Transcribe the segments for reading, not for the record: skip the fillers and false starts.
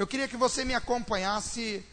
eu queria que você me acompanhasse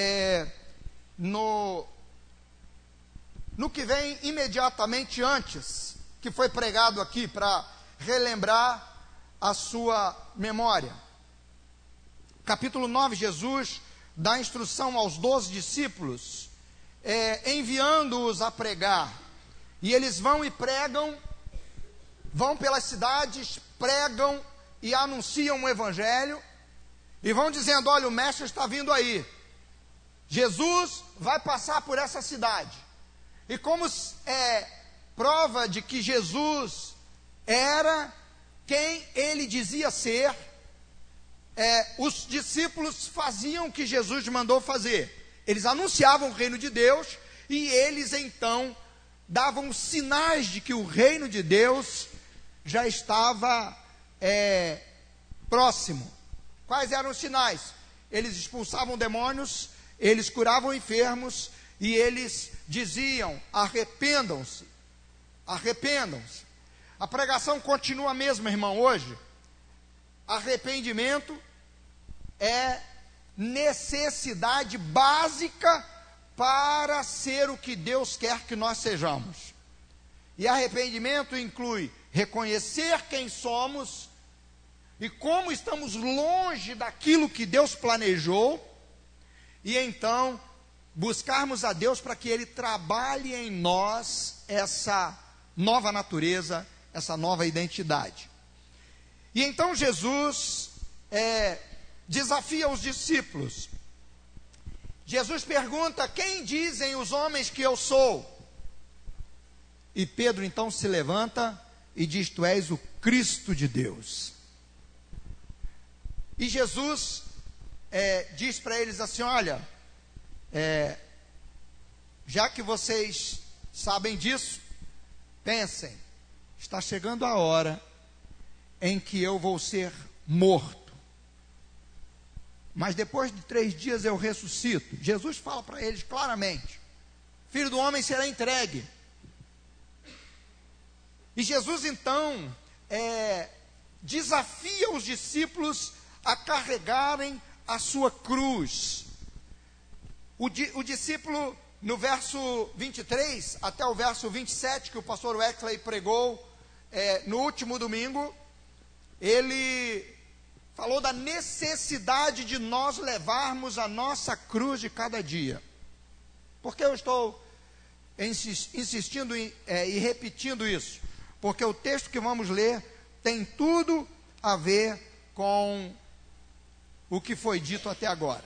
no que vem imediatamente antes, que foi pregado aqui, para relembrar a sua memória. Capítulo 9, Jesus dá instrução aos 12 discípulos, enviando-os a pregar. E eles vão e pregam, vão pelas cidades, pregam e anunciam o Evangelho, e vão dizendo: olha, o mestre está vindo aí, Jesus vai passar por essa cidade. E como prova de que Jesus era quem ele dizia ser, os discípulos faziam o que Jesus mandou fazer. Eles anunciavam o reino de Deus, e eles então davam sinais de que o reino de Deus já estava próximo. Quais eram os sinais? Eles expulsavam demônios, eles curavam enfermos, e eles diziam: arrependam-se, arrependam-se. A pregação continua a mesma, irmão, hoje. Arrependimento é necessidade básica para ser o que Deus quer que nós sejamos. E arrependimento inclui reconhecer quem somos e como estamos longe daquilo que Deus planejou, e então buscarmos a Deus para que Ele trabalhe em nós essa nova natureza, essa nova identidade. E então Jesus desafia os discípulos. Jesus pergunta: quem dizem os homens que eu sou? E Pedro então se levanta e diz: tu és o Cristo de Deus. E Jesus diz para eles assim: olha, já que vocês sabem disso, pensem, está chegando a hora em que eu vou ser morto, mas depois de 3 dias eu ressuscito. Jesus fala para eles claramente: Filho do homem será entregue. E Jesus então desafia os discípulos a carregarem a sua cruz. O discípulo, no verso 23 até o verso 27, que o pastor Wexley pregou no último domingo, ele falou da necessidade de nós levarmos a nossa cruz de cada dia. Por que eu estou insistindo e repetindo isso? Porque o texto que vamos ler tem tudo a ver com o que foi dito até agora.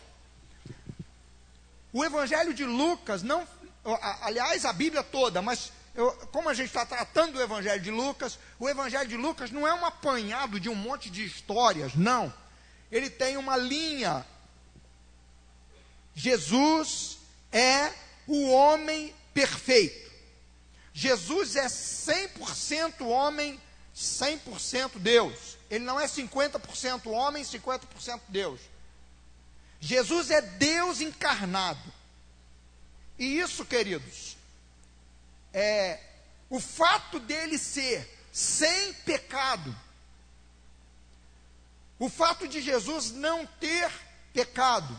O Evangelho de Lucas, aliás, a Bíblia toda, mas como a gente está tratando do Evangelho de Lucas, o Evangelho de Lucas não é um apanhado de um monte de histórias, não. Ele tem uma linha. Jesus é o homem perfeito. Jesus é 100% homem, 100% Deus. Ele não é 50% homem, 50% Deus. Jesus é Deus encarnado. E isso, queridos, o fato dele ser sem pecado, o fato de Jesus não ter pecado,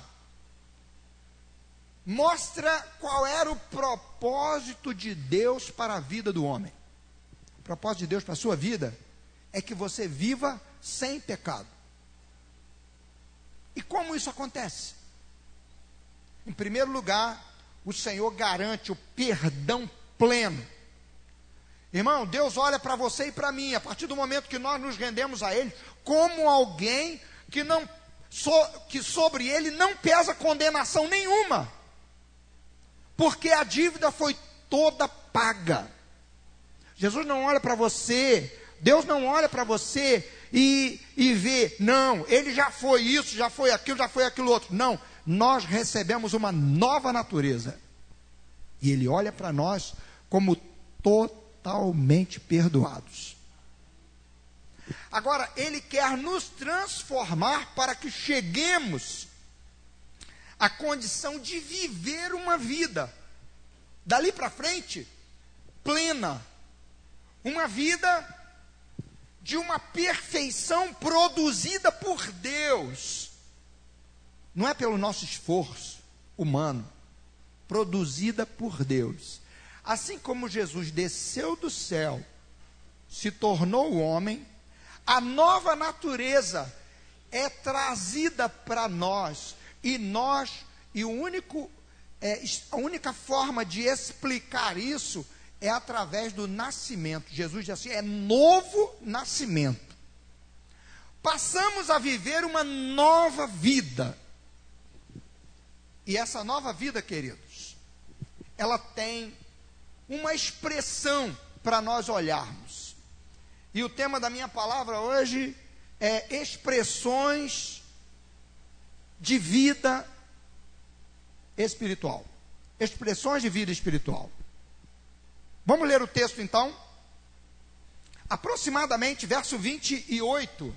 mostra qual era o propósito de Deus para a vida do homem. O propósito de Deus para a sua vida é que você viva sem pecado. E como isso acontece? Em primeiro lugar, o Senhor garante o perdão pleno. Irmão, Deus olha para você e para mim, a partir do momento que nós nos rendemos a Ele, como alguém que sobre Ele não pesa condenação nenhuma, porque a dívida foi toda paga. Jesus não olha para você, Deus não olha para você e vê, não, Ele já foi isso, já foi aquilo outro. Não, nós recebemos uma nova natureza, e Ele olha para nós como totalmente perdoados. Agora, Ele quer nos transformar para que cheguemos à condição de viver uma vida, dali para frente, plena, uma vida de uma perfeição produzida por Deus. não é pelo nosso esforço humano, produzida por Deus. Assim como Jesus desceu do céu, se tornou homem, a nova natureza é trazida para nós, e a única forma de explicar isso é através do nascimento. Jesus diz assim, é novo nascimento. Passamos a viver uma nova vida. E essa nova vida, queridos, ela tem uma expressão para nós olharmos. E o tema da minha palavra hoje é expressões de vida espiritual. Expressões de vida espiritual. Vamos ler o texto então? Aproximadamente verso 28.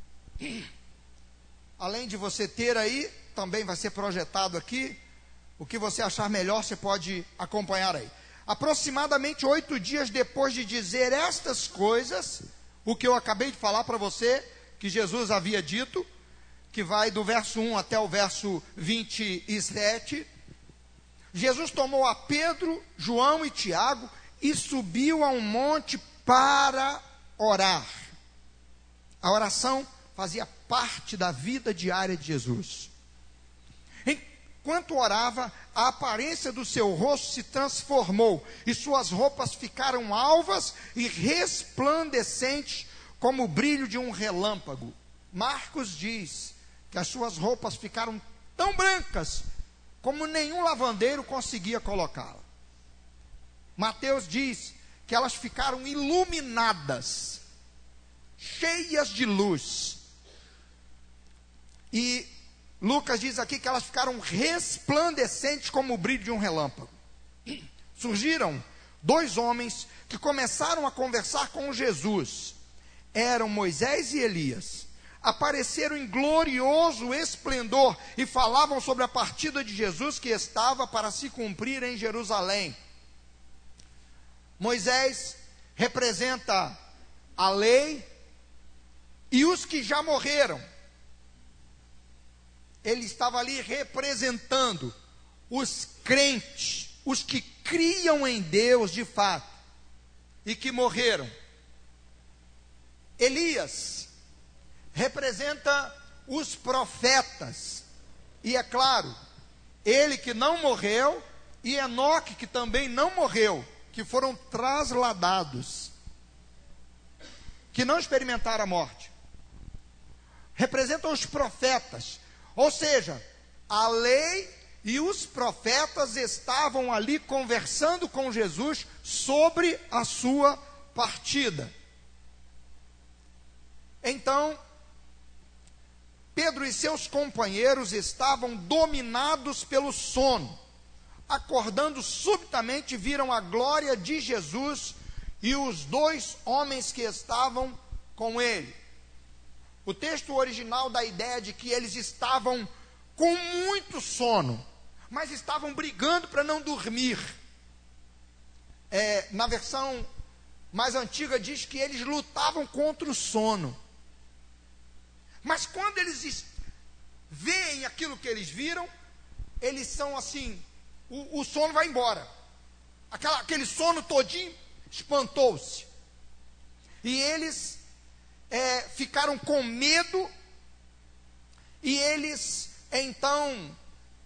Além de você ter aí, também vai ser projetado aqui. O que você achar melhor, você pode acompanhar aí. Aproximadamente 8 dias depois de dizer estas coisas, o que eu acabei de falar para você, que Jesus havia dito, que vai do verso 1 até o verso 27, Jesus tomou a Pedro, João e Tiago e subiu a um monte para orar. A oração fazia parte da vida diária de Jesus. Enquanto orava, a aparência do seu rosto se transformou, e suas roupas ficaram alvas e resplandecentes, como o brilho de um relâmpago. Marcos diz que as suas roupas ficaram tão brancas, como nenhum lavandeiro conseguia colocá-la. Mateus diz que elas ficaram iluminadas, cheias de luz. E Lucas diz aqui que elas ficaram resplandecentes como o brilho de um relâmpago. Surgiram 2 homens que começaram a conversar com Jesus. Eram Moisés e Elias. Apareceram em glorioso esplendor e falavam sobre a partida de Jesus que estava para se cumprir em Jerusalém. Moisés representa a lei e os que já morreram. Ele estava ali representando os crentes, os que criam em Deus de fato e que morreram. Elias representa os profetas, e é claro, ele que não morreu, e Enoque que também não morreu, que foram trasladados, que não experimentaram a morte. Representam os profetas. Ou seja, a lei e os profetas estavam ali conversando com Jesus sobre a sua partida. Então, Pedro e seus companheiros estavam dominados pelo sono. Acordando subitamente, viram a glória de Jesus e os 2 homens que estavam com ele. O texto original dá a ideia de que eles estavam com muito sono, mas estavam brigando para não dormir. Na versão mais antiga diz que eles lutavam contra o sono. Mas quando eles veem aquilo que eles viram, eles são assim, o sono vai embora. Aquele sono todinho espantou-se. E eles ficaram com medo, e eles então,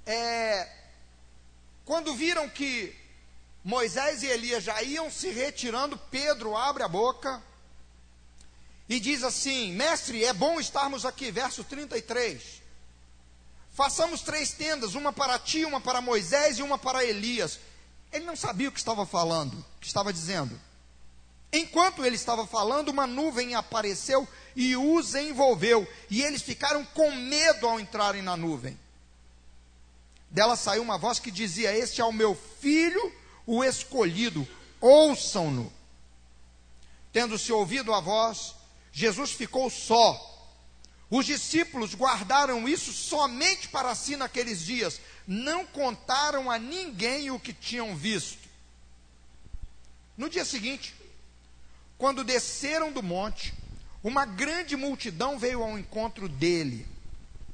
quando viram que Moisés e Elias já iam se retirando, Pedro abre a boca e diz assim: mestre, é bom estarmos aqui, verso 33, façamos 3 tendas, uma para ti, uma para Moisés e uma para Elias. Ele não sabia o que estava falando, o que estava dizendo. Enquanto ele estava falando, uma nuvem apareceu e os envolveu, e eles ficaram com medo ao entrarem na nuvem. Dela saiu uma voz que dizia: este é o meu filho, o escolhido, ouçam-no. Tendo-se ouvido a voz, Jesus ficou só. Os discípulos guardaram isso somente para si naqueles dias, não contaram a ninguém o que tinham visto. No dia seguinte, quando desceram do monte, uma grande multidão veio ao encontro dele.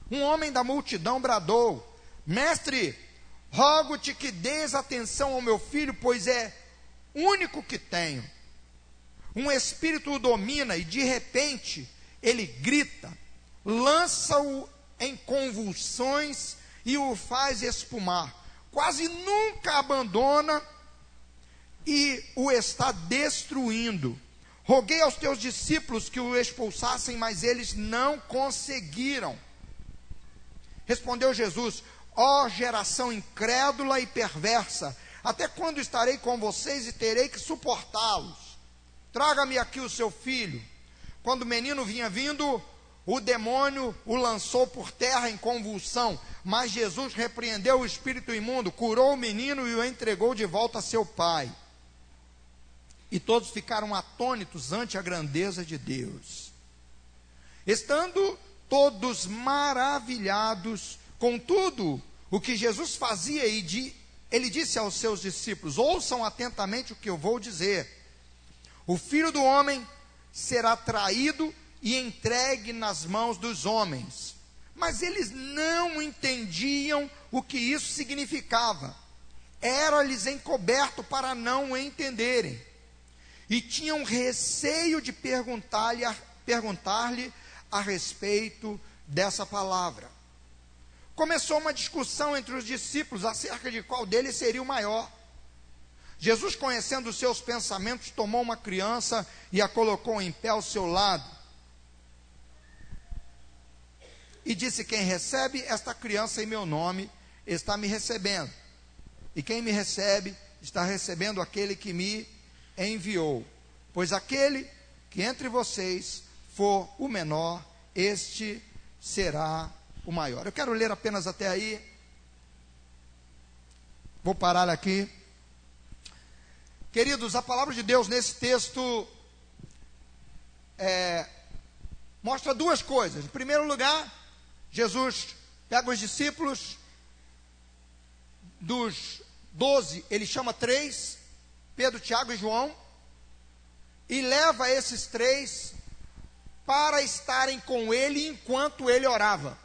Um homem da multidão bradou: Mestre, rogo-te que dês atenção ao meu filho, pois é único que tenho. Um espírito o domina e de repente ele grita, lança-o em convulsões e o faz espumar. Quase nunca abandona e o está destruindo. Roguei aos teus discípulos que o expulsassem, mas eles não conseguiram. Respondeu Jesus: ó geração incrédula e perversa, até quando estarei com vocês e terei que suportá-los? Traga-me aqui o seu filho. Quando o menino vinha vindo, o demônio o lançou por terra em convulsão, mas Jesus repreendeu o espírito imundo, curou o menino e o entregou de volta a seu pai. E todos ficaram atônitos ante a grandeza de Deus. Estando todos maravilhados com tudo o que Jesus fazia, ele disse aos seus discípulos: ouçam atentamente o que eu vou dizer. O Filho do Homem será traído e entregue nas mãos dos homens. Mas eles não entendiam o que isso significava. Era-lhes encoberto para não o entenderem. E tinham receio de perguntar-lhe a respeito dessa palavra. Começou uma discussão entre os discípulos acerca de qual deles seria o maior. Jesus, conhecendo os seus pensamentos, tomou uma criança e a colocou em pé ao seu lado. E disse: quem recebe esta criança em meu nome, está me recebendo. E quem me recebe, está recebendo aquele que me enviou. Pois aquele que entre vocês for o menor, este será o maior. Eu quero ler apenas até aí. Vou parar aqui. Queridos, a palavra de Deus nesse texto mostra duas coisas. Em primeiro lugar, Jesus pega os discípulos, dos 12, ele chama 3, Pedro, Tiago e João, e leva esses 3 para estarem com ele enquanto ele orava.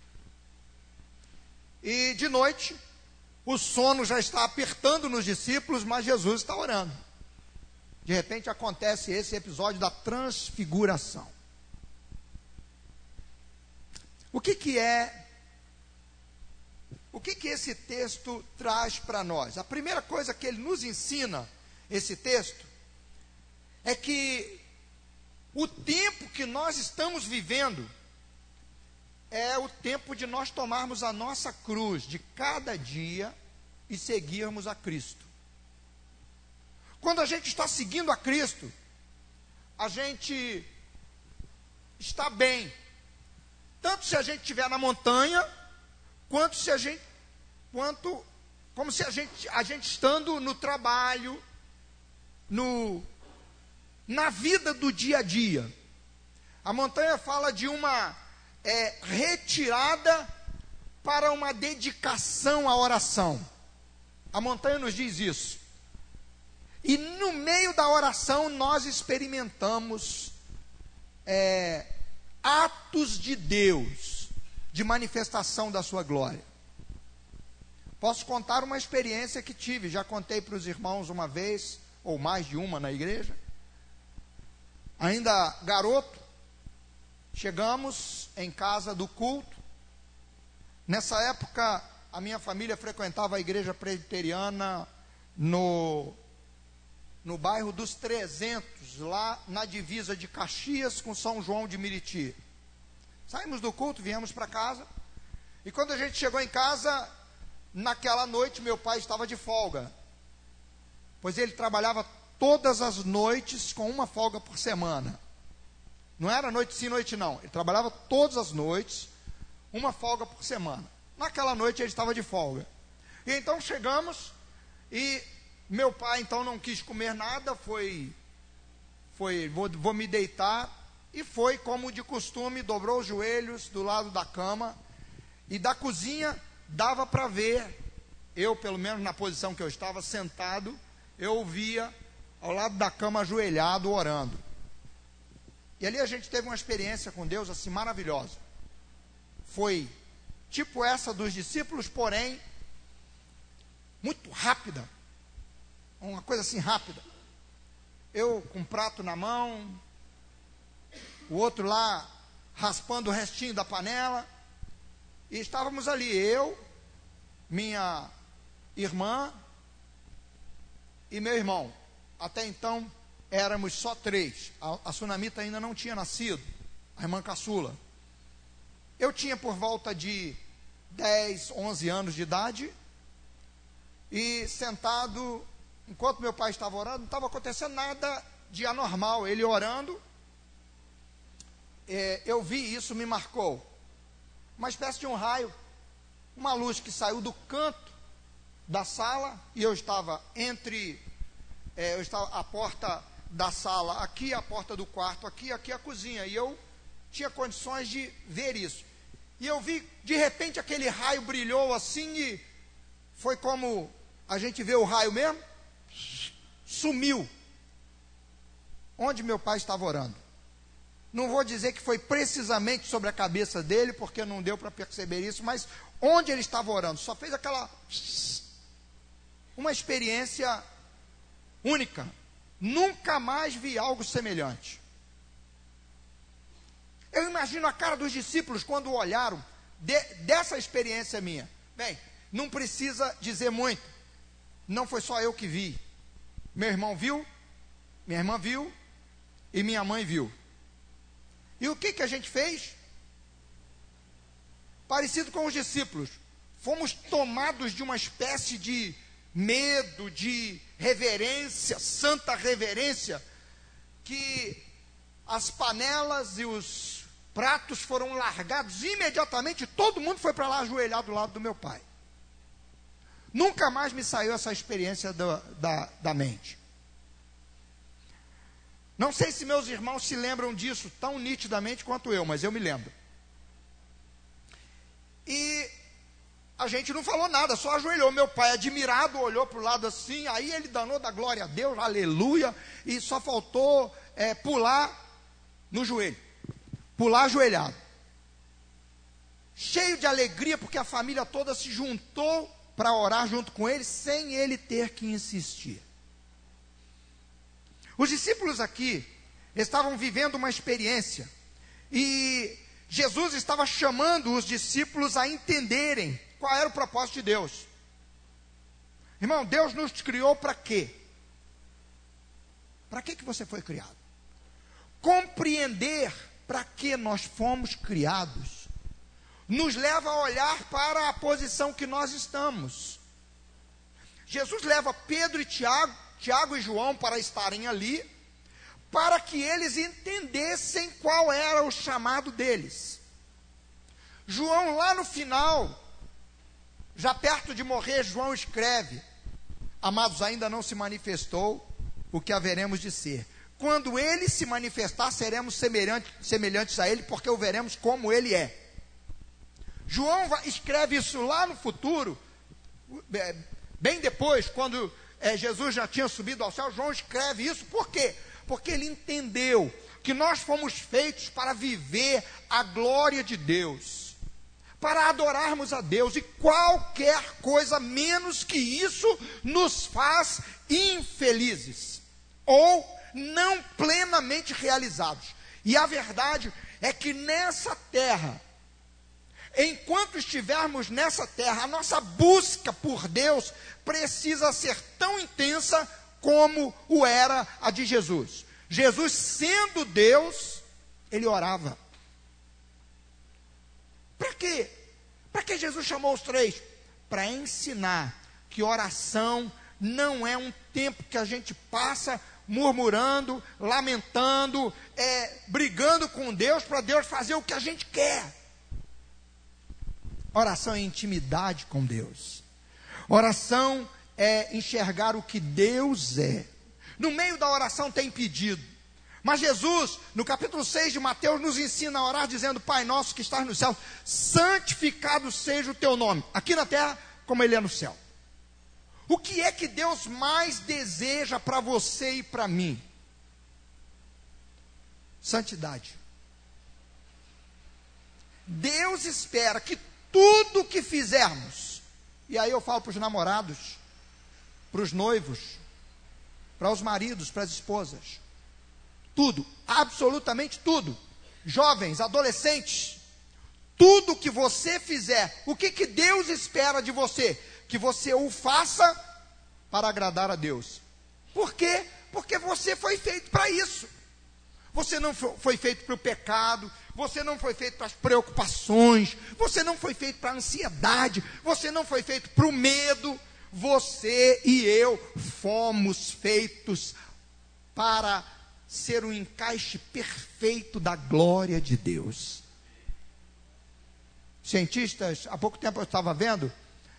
E de noite, o sono já está apertando nos discípulos, mas Jesus está orando. De repente acontece esse episódio da transfiguração. O que esse texto traz para nós? A primeira coisa que ele nos ensina, esse texto, é que o tempo que nós estamos vivendo é o tempo de nós tomarmos a nossa cruz de cada dia e seguirmos a Cristo. Quando a gente está seguindo a Cristo, a gente está bem, tanto se a gente estiver na montanha, como se a gente estando no trabalho, na vida do dia a dia. A montanha fala de uma retirada para uma dedicação à oração. A montanha nos diz isso. E no meio da oração nós experimentamos atos de Deus, de manifestação da sua glória. Posso contar uma experiência que tive, já contei para os irmãos uma vez, ou mais de uma na igreja. Ainda garoto, chegamos em casa do culto. Nessa época, a minha família frequentava a igreja presbiteriana no bairro dos 300, lá na divisa de Caxias com São João de Meriti. Saímos do culto, viemos para casa, e quando a gente chegou em casa, naquela noite meu pai estava de folga, pois ele trabalhava todas as noites com uma folga por semana. Não era noite sim, noite não. Ele trabalhava todas as noites, uma folga por semana. Naquela noite ele estava de folga. E então chegamos, e meu pai então não quis comer nada, vou me deitar, e foi como de costume, dobrou os joelhos do lado da cama, e da cozinha dava para ver, eu pelo menos na posição que eu estava sentado, eu via ao lado da cama ajoelhado orando. E ali a gente teve uma experiência com Deus assim maravilhosa. foi tipo essa dos discípulos, porém muito rápida, uma coisa assim rápida. Eu com um prato na mão, o outro lá raspando o restinho da panela, e estávamos ali, eu, minha irmã e meu irmão. Até então éramos só 3, a Sunamita ainda não tinha nascido, a irmã caçula. Eu tinha por volta de 10, 11 anos de idade, e sentado, enquanto meu pai estava orando, não estava acontecendo nada de anormal, ele orando, eu vi isso, me marcou, uma espécie de um raio, uma luz que saiu do canto da sala, e eu estava a porta da sala aqui, a porta do quarto aqui a cozinha, e eu tinha condições de ver isso, e eu vi, de repente, aquele raio brilhou assim, e foi como a gente vê o raio mesmo, sumiu, onde meu pai estava orando. Não vou dizer que foi precisamente sobre a cabeça dele, porque não deu para perceber isso, mas onde ele estava orando, só fez uma experiência única, nunca mais vi algo semelhante. Eu imagino a cara dos discípulos quando olharam dessa experiência minha. Bem, não precisa dizer muito, não foi só eu que vi, meu irmão viu, minha irmã viu, e minha mãe viu. E o que a gente fez? Parecido com os discípulos, fomos tomados de uma espécie de medo, de reverência, santa reverência, que as panelas e os pratos foram largados imediatamente, todo mundo foi para lá ajoelhar do lado do meu pai. Nunca mais me saiu essa experiência da mente. Não sei se meus irmãos se lembram disso tão nitidamente quanto eu, mas eu me lembro. E a gente não falou nada, só ajoelhou. Meu pai, admirado, olhou para o lado assim, aí ele danou da glória a Deus, aleluia, e só faltou pular no joelho, pular ajoelhado. Cheio de alegria, porque a família toda se juntou para orar junto com ele, sem ele ter que insistir. Os discípulos aqui estavam vivendo uma experiência, e Jesus estava chamando os discípulos a entenderem qual era o propósito de Deus. Irmão, Deus nos criou para quê? Para que você foi criado? Compreender para que nós fomos criados nos leva a olhar para a posição que nós estamos. Jesus leva Pedro e Tiago e João para estarem ali, para que eles entendessem qual era o chamado deles. João, lá no final, já perto de morrer, João escreve: amados, ainda não se manifestou o que haveremos de ser. Quando ele se manifestar, seremos semelhantes a ele, porque o veremos como ele é. João escreve isso lá no futuro, bem depois, quando Jesus já tinha subido ao céu. João escreve isso, por quê? Porque ele entendeu que nós fomos feitos para viver a glória de Deus, para adorarmos a Deus, e qualquer coisa menos que isso nos faz infelizes, ou não plenamente realizados. E a verdade é que nessa terra, enquanto estivermos nessa terra, a nossa busca por Deus precisa ser tão intensa como o era a de Jesus. Jesus, sendo Deus, ele orava. Para quê? Para que Jesus chamou os 3? Para ensinar que oração não é um tempo que a gente passa murmurando, lamentando, brigando com Deus para Deus fazer o que a gente quer. Oração é intimidade com Deus. Oração é enxergar o que Deus é. No meio da oração tem pedido. Mas Jesus, no capítulo 6 de Mateus, nos ensina a orar dizendo: Pai nosso que estás nos céus, santificado seja o teu nome, aqui na terra como ele é no céu. O que é que Deus mais deseja para você e para mim? Santidade. Deus espera que tudo que fizermos, e aí eu falo para os namorados, para os noivos, para os maridos, para as esposas, tudo, absolutamente tudo, jovens, adolescentes, tudo que você fizer, o que Deus espera de você? Que você o faça para agradar a Deus. Por quê? Porque você foi feito para isso. Você não foi feito para o pecado, você não foi feito para as preocupações, você não foi feito para a ansiedade, você não foi feito para o medo. Você e eu fomos feitos para ser um encaixe perfeito da glória de Deus. Cientistas, há pouco tempo eu estava vendo,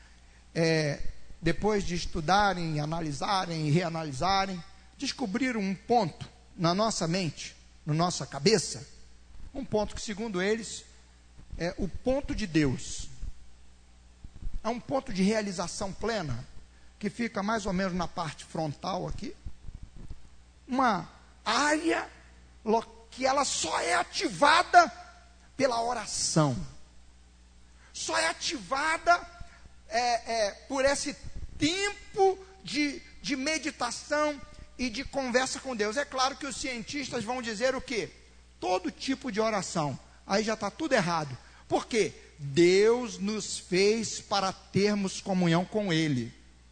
depois de estudarem, analisarem e reanalisarem, descobriram um ponto na nossa mente, na nossa cabeça, um ponto que, segundo eles, é o ponto de Deus. É um ponto de realização plena, que fica mais ou menos na parte frontal aqui. Uma área que ela só é ativada pela oração. Só é ativada por esse tempo de meditação e de conversa com Deus. É claro que os cientistas vão dizer o quê? Todo tipo de oração. Aí já está tudo errado. Por quê? Deus nos fez para termos comunhão com Ele.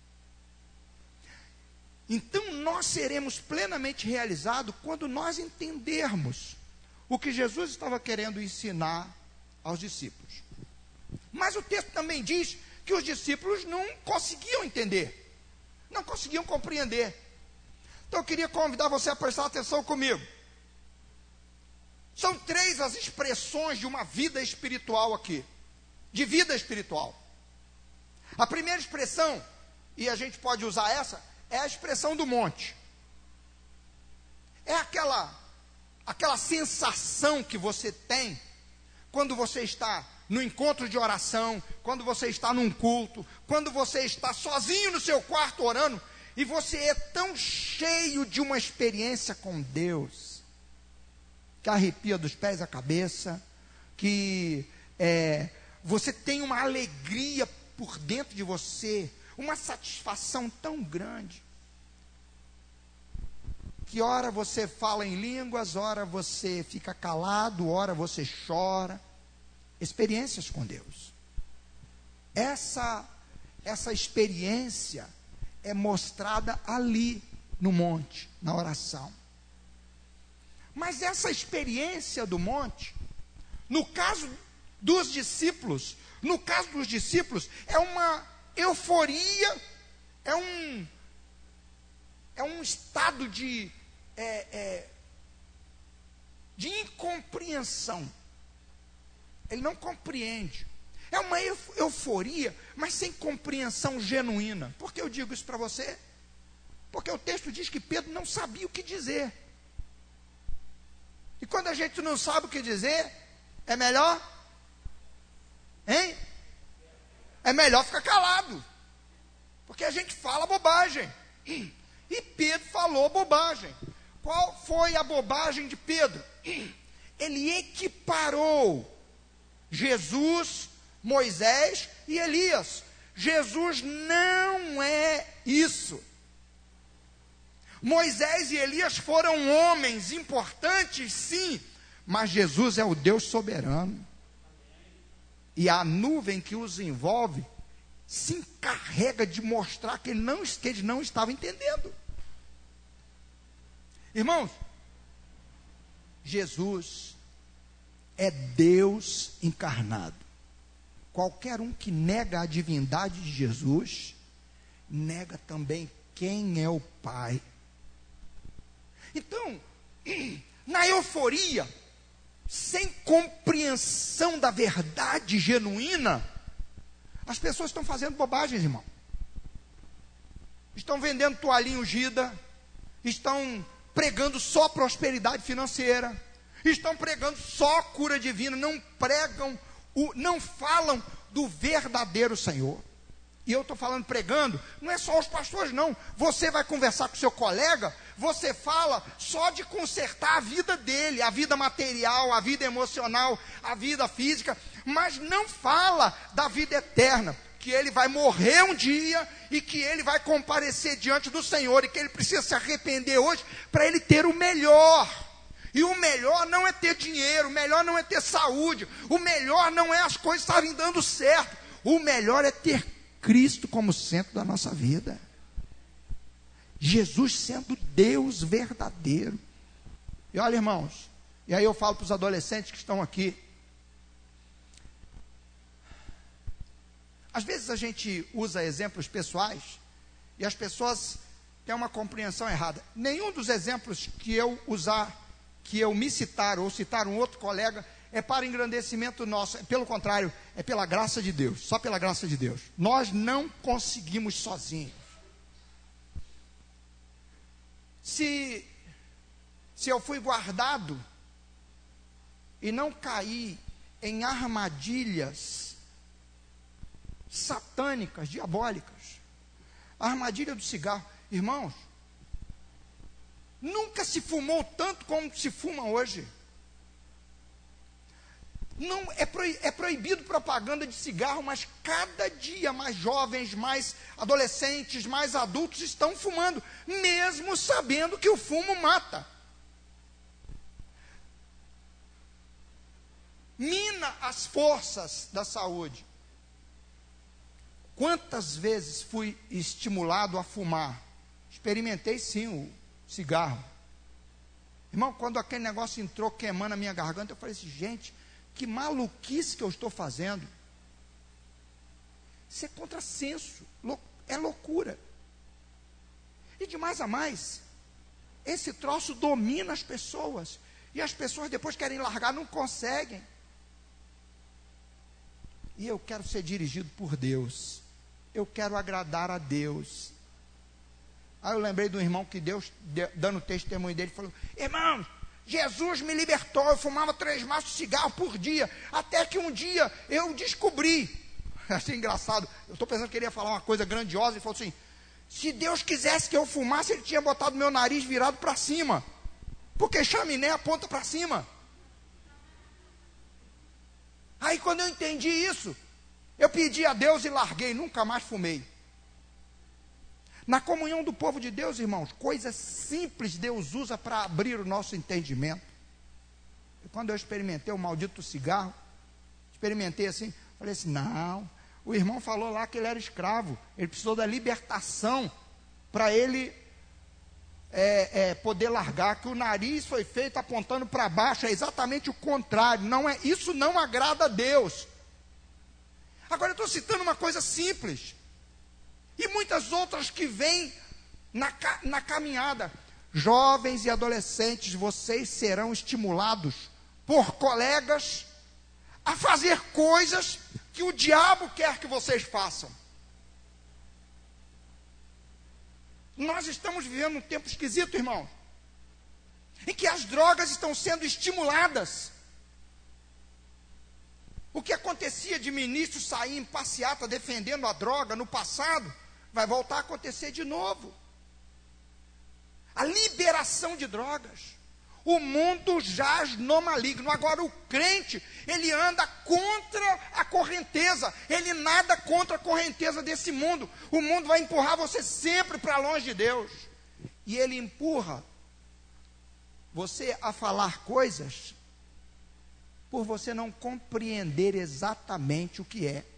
Então nós seremos plenamente realizados quando nós entendermos o que Jesus estava querendo ensinar aos discípulos. Mas o texto também diz que os discípulos não conseguiam entender, não conseguiam compreender. Então eu queria convidar você a prestar atenção comigo. São 3 as expressões de uma vida espiritual aqui, de vida espiritual. A primeira expressão, e a gente pode usar essa, é a expressão do monte. É aquela sensação que você tem quando você está no encontro de oração, quando você está num culto, quando você está sozinho no seu quarto orando, e você é tão cheio de uma experiência com Deus, que arrepia dos pés à cabeça, que você tem uma alegria por dentro de você, uma satisfação tão grande, que ora você fala em línguas, ora você fica calado, ora você chora. Experiências com Deus. Essa experiência é mostrada ali no monte, na oração. Mas essa experiência do monte, no caso dos discípulos, é uma euforia, é um estado de incompreensão. Ele não compreende. É uma euforia, mas sem compreensão genuína. Por que eu digo isso para você? Porque o texto diz que Pedro não sabia o que dizer. E quando a gente não sabe o que dizer, é melhor? Hein? É melhor ficar calado. Porque a gente fala bobagem. E Pedro falou bobagem. Qual foi a bobagem de Pedro? Ele equiparou Jesus, Moisés e Elias. Jesus não é isso. Moisés e Elias foram homens importantes, sim, mas Jesus é o Deus soberano. E a nuvem que os envolve se encarrega de mostrar que eles não estavam entendendo. Irmãos, Jesus é Deus encarnado. Qualquer um que nega a divindade de Jesus, nega também quem é o Pai. Então, na euforia, sem compreensão da verdade genuína, as pessoas estão fazendo bobagens, irmão. Estão vendendo toalhinha ungida, estão pregando só prosperidade financeira, estão pregando só cura divina, não falam do verdadeiro Senhor. E eu estou falando pregando, não é só os pastores não. Você vai conversar com seu colega, você fala só de consertar a vida dele, a vida material, a vida emocional, a vida física, mas não fala da vida eterna, que ele vai morrer um dia e que ele vai comparecer diante do Senhor e que ele precisa se arrepender hoje para ele ter o melhor. E o melhor não é ter dinheiro, o melhor não é ter saúde, o melhor não é as coisas estarem dando certo, o melhor é ter Cristo como centro da nossa vida. Jesus sendo Deus verdadeiro. E olha, irmãos, e aí eu falo para os adolescentes que estão aqui. Às vezes a gente usa exemplos pessoais e as pessoas têm uma compreensão errada. Nenhum dos exemplos que eu usar, que eu me citar ou citar um outro colega, é para engrandecimento nosso, pelo contrário, é pela graça de Deus, só pela graça de Deus. Nós não conseguimos sozinhos. Se eu fui guardado e não caí em armadilhas satânicas, diabólicas, a armadilha do cigarro, irmãos, nunca se fumou tanto como se fuma hoje. Não é proibido propaganda de cigarro, mas cada dia mais jovens, mais adolescentes, mais adultos estão fumando, mesmo sabendo que o fumo mata. Mina as forças da saúde. Quantas vezes fui estimulado a fumar? Experimentei sim o cigarro. Irmão, quando aquele negócio entrou queimando a minha garganta, eu falei assim, gente, que maluquice que eu estou fazendo. Isso é contrassenso, é loucura. E de mais a mais, esse troço domina as pessoas, e as pessoas depois querem largar, não conseguem. E eu quero ser dirigido por Deus, eu quero agradar a Deus. Aí eu lembrei de um irmão que Deus, dando testemunho dele, falou, irmão, Jesus me libertou, eu fumava 3 maços de cigarro por dia, até que um dia eu descobri, achei engraçado, eu estou pensando que ele ia falar uma coisa grandiosa, ele falou assim, se Deus quisesse que eu fumasse, ele tinha botado meu nariz virado para cima, porque chaminé aponta para cima. Aí quando eu entendi isso, eu pedi a Deus e larguei, nunca mais fumei. Na comunhão do povo de Deus, irmãos, coisas simples Deus usa para abrir o nosso entendimento. E quando eu experimentei o maldito cigarro, experimentei assim, falei assim, não, o irmão falou lá que ele era escravo, ele precisou da libertação para ele poder largar, que o nariz foi feito apontando para baixo, é exatamente o contrário, isso não agrada a Deus. Agora eu estou citando uma coisa simples, e muitas outras que vêm na caminhada. Jovens e adolescentes, vocês serão estimulados por colegas a fazer coisas que o diabo quer que vocês façam. Nós estamos vivendo um tempo esquisito, irmão, em que as drogas estão sendo estimuladas. O que acontecia de ministro sair em passeata defendendo a droga no passado, vai voltar a acontecer de novo. A liberação de drogas. O mundo jaz no maligno. Agora o crente, ele anda contra a correnteza. Ele nada contra a correnteza desse mundo. O mundo vai empurrar você sempre para longe de Deus. E ele empurra você a falar coisas por você não compreender exatamente o que é.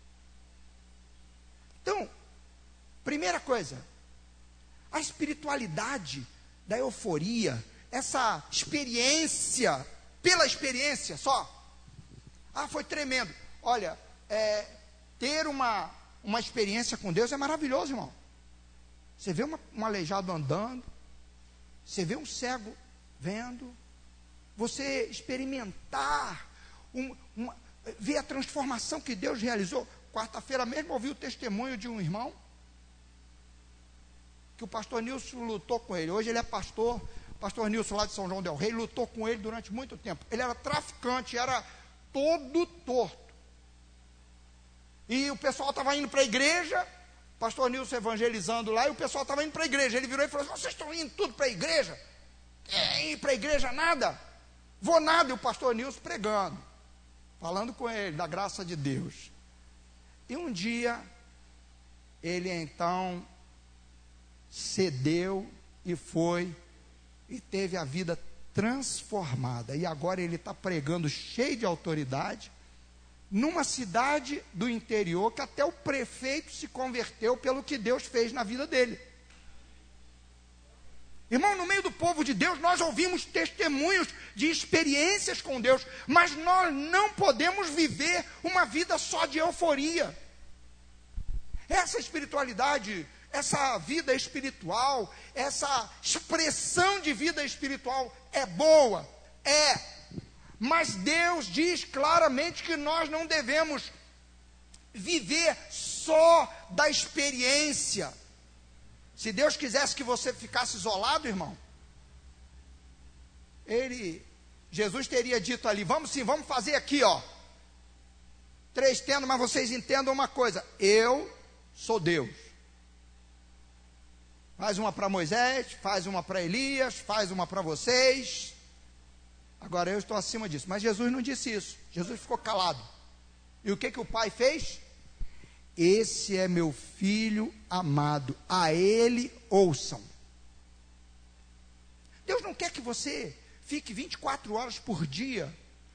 Então, primeira coisa, a espiritualidade da euforia, essa experiência, pela experiência só. Ah, foi tremendo. Olha, ter uma experiência com Deus é maravilhoso, irmão. Você vê um aleijado andando, você vê um cego vendo, você experimentar, ver a transformação que Deus realizou. Quarta-feira mesmo ouvi o testemunho de um irmão, que o pastor Nilson lutou com ele. Hoje ele é pastor Nilson lá de São João del Rei, lutou com ele durante muito tempo. Ele era traficante, era todo torto. E o pessoal estava indo para a igreja, pastor Nilson evangelizando lá, e o pessoal estava indo para a igreja. Ele virou e falou assim: vocês estão indo tudo para a igreja? Ir para a igreja nada? Vou nada. E o pastor Nilson pregando, falando com ele da graça de Deus. E um dia, ele então cedeu e foi, e teve a vida transformada. E agora ele está pregando cheio de autoridade, numa cidade do interior, que até o prefeito se converteu pelo que Deus fez na vida dele. Irmão, no meio do povo de Deus, nós ouvimos testemunhos de experiências com Deus, mas nós não podemos viver uma vida só de euforia. Essa espiritualidade, essa vida espiritual, essa expressão de vida espiritual é boa, mas Deus diz claramente que nós não devemos viver só da experiência. Se Deus quisesse que você ficasse isolado, irmão, Jesus teria dito ali: vamos fazer aqui, 3 tendas, mas vocês entendam uma coisa: eu sou Deus. Faz uma para Moisés, faz uma para Elias, faz uma para vocês. Agora eu estou acima disso. Mas Jesus não disse isso. Jesus ficou calado. E o que o Pai fez? Esse é meu filho amado, a ele ouçam. Deus não quer que você fique 24 horas por dia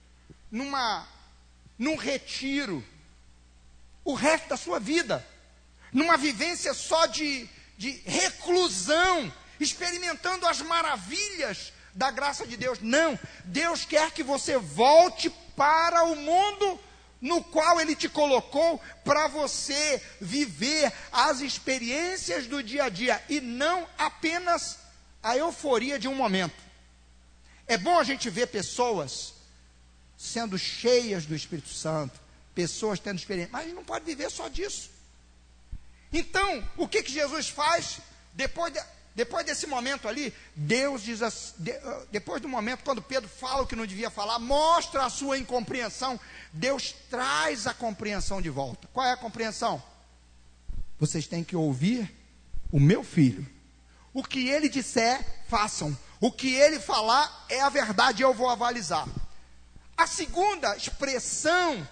num retiro, o resto da sua vida, numa vivência só de reclusão, experimentando as maravilhas da graça de Deus. Não, Deus quer que você volte para o mundo no qual Ele te colocou, para você viver as experiências do dia a dia, e não apenas a euforia de um momento. É bom a gente ver pessoas sendo cheias do Espírito Santo, pessoas tendo experiência, mas a gente não pode viver só disso. Então, o que Jesus faz? Depois desse momento ali, Deus diz assim, depois do momento quando Pedro fala o que não devia falar, mostra a sua incompreensão, Deus traz a compreensão de volta. Qual é a compreensão? Vocês têm que ouvir o meu filho. O que ele disser, façam. O que ele falar é a verdade, eu vou avalizar. A segunda expressão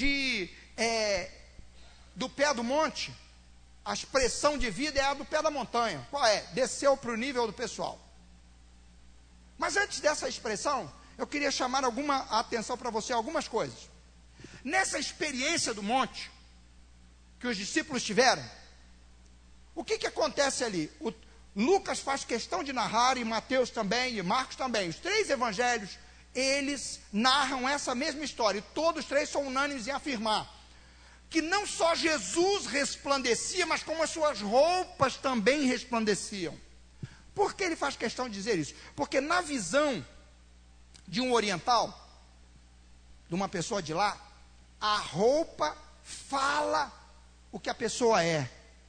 do pé do monte, a expressão de vida é a do pé da montanha. Qual é? Desceu para o nível do pessoal. Mas antes dessa expressão, eu queria chamar a atenção para você algumas coisas. Nessa experiência do monte, que os discípulos tiveram, o que acontece ali? Lucas faz questão de narrar, e Mateus também, e Marcos também. Os 3 evangelhos, eles narram essa mesma história. E todos os 3 são unânimes em afirmar que não só Jesus resplandecia, mas como as suas roupas também resplandeciam. Por que ele faz questão de dizer isso? Porque na visão de um oriental, de uma pessoa de lá, a roupa fala o que a pessoa é.